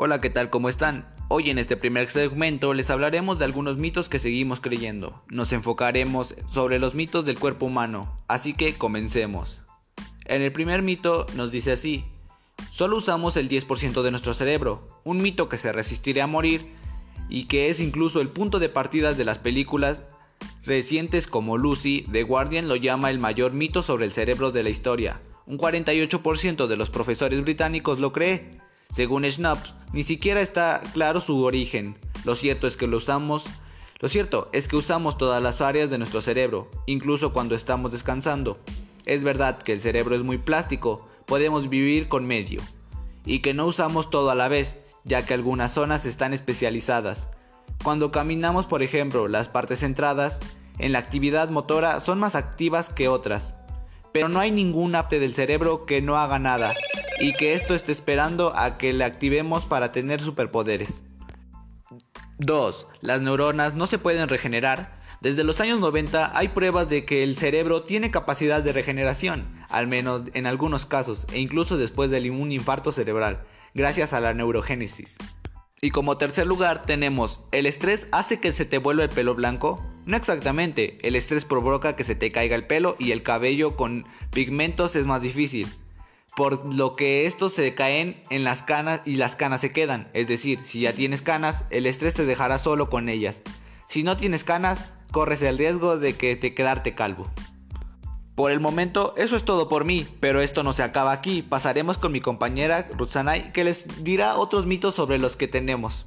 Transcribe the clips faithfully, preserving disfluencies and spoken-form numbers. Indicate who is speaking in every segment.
Speaker 1: Hola, ¿qué tal? ¿Cómo están? Hoy en este primer segmento les hablaremos de algunos mitos que seguimos creyendo. Nos enfocaremos sobre los mitos del cuerpo humano, así que comencemos. En el primer mito nos dice así: solo usamos el diez por ciento de nuestro cerebro, un mito que se resistirá a morir y que es incluso el punto de partida de las películas recientes como Lucy. The Guardian lo llama el mayor mito sobre el cerebro de la historia. Un cuarenta y ocho por ciento de los profesores británicos lo cree. Según Snopes, ni siquiera está claro su origen. Lo cierto es que lo usamos, lo cierto es que usamos todas las áreas de nuestro cerebro, incluso cuando estamos descansando. Es verdad que el cerebro es muy plástico, podemos vivir con medio, y que no usamos todo a la vez, ya que algunas zonas están especializadas. Cuando caminamos, por ejemplo, las partes centradas en la actividad motora son más activas que otras, pero no hay ninguna parte del cerebro que no haga nada, y que esto esté esperando a que le activemos para tener superpoderes. dos. Las neuronas no se pueden regenerar. Desde los años noventa hay pruebas de que el cerebro tiene capacidad de regeneración, al menos en algunos casos, e incluso después de un infarto cerebral, gracias a la neurogénesis. Y como tercer lugar tenemos: ¿el estrés hace que se te vuelva el pelo blanco? No exactamente, el estrés provoca que se te caiga el pelo y el cabello con pigmentos es más difícil, por lo que estos se caen en las canas y las canas se quedan. Es decir, si ya tienes canas, el estrés te dejará solo con ellas. Si no tienes canas, corres el riesgo de que te quedarte calvo. Por el momento, eso es todo por mí, pero esto no se acaba aquí. Pasaremos con mi compañera Rutsanay, que les dirá otros mitos sobre los que tenemos.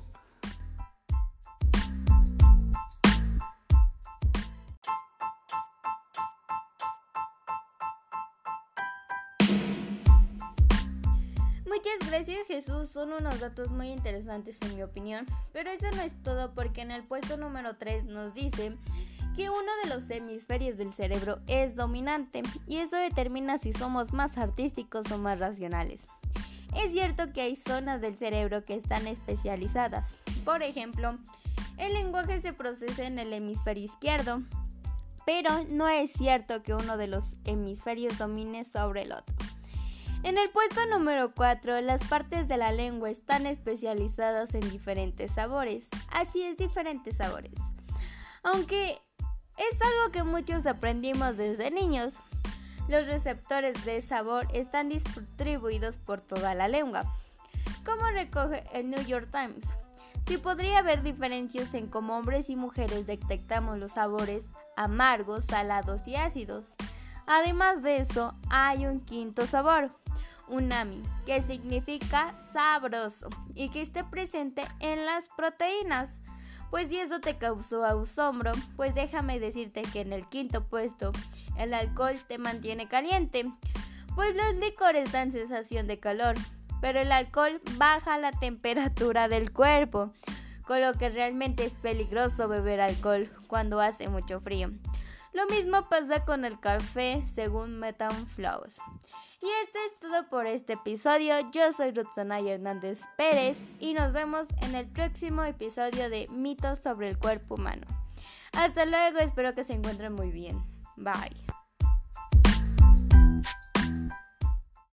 Speaker 2: Muchas gracias, Jesús, son unos datos muy interesantes en mi opinión, pero eso no es todo, porque en el puesto número tres nos dice que uno de los hemisferios del cerebro es dominante y eso determina si somos más artísticos o más racionales. Es cierto que hay zonas del cerebro que están especializadas. Por ejemplo, el lenguaje se procesa en el hemisferio izquierdo, pero no es cierto que uno de los hemisferios domine sobre el otro. En el puesto número cuatro, las partes de la lengua están especializadas en diferentes sabores. Así es, diferentes sabores. Aunque es algo que muchos aprendimos desde niños. Los receptores de sabor están distribuidos por toda la lengua. Como recoge el New York Times, sí podría haber diferencias en cómo hombres y mujeres detectamos los sabores amargos, salados y ácidos. Además de eso, hay un quinto sabor, umami, que significa sabroso y que esté presente en las proteínas. Pues si eso te causó asombro, pues déjame decirte que en el quinto puesto, el alcohol te mantiene caliente, pues los licores dan sensación de calor, pero el alcohol baja la temperatura del cuerpo, con lo que realmente es peligroso beber alcohol cuando hace mucho frío. Lo mismo pasa con el café, según Metamflows. Y este es todo por este episodio. Yo soy Rutsanay Hernández Pérez y nos vemos en el próximo episodio de Mitos sobre el cuerpo humano. Hasta luego, espero que se encuentren muy bien. Bye.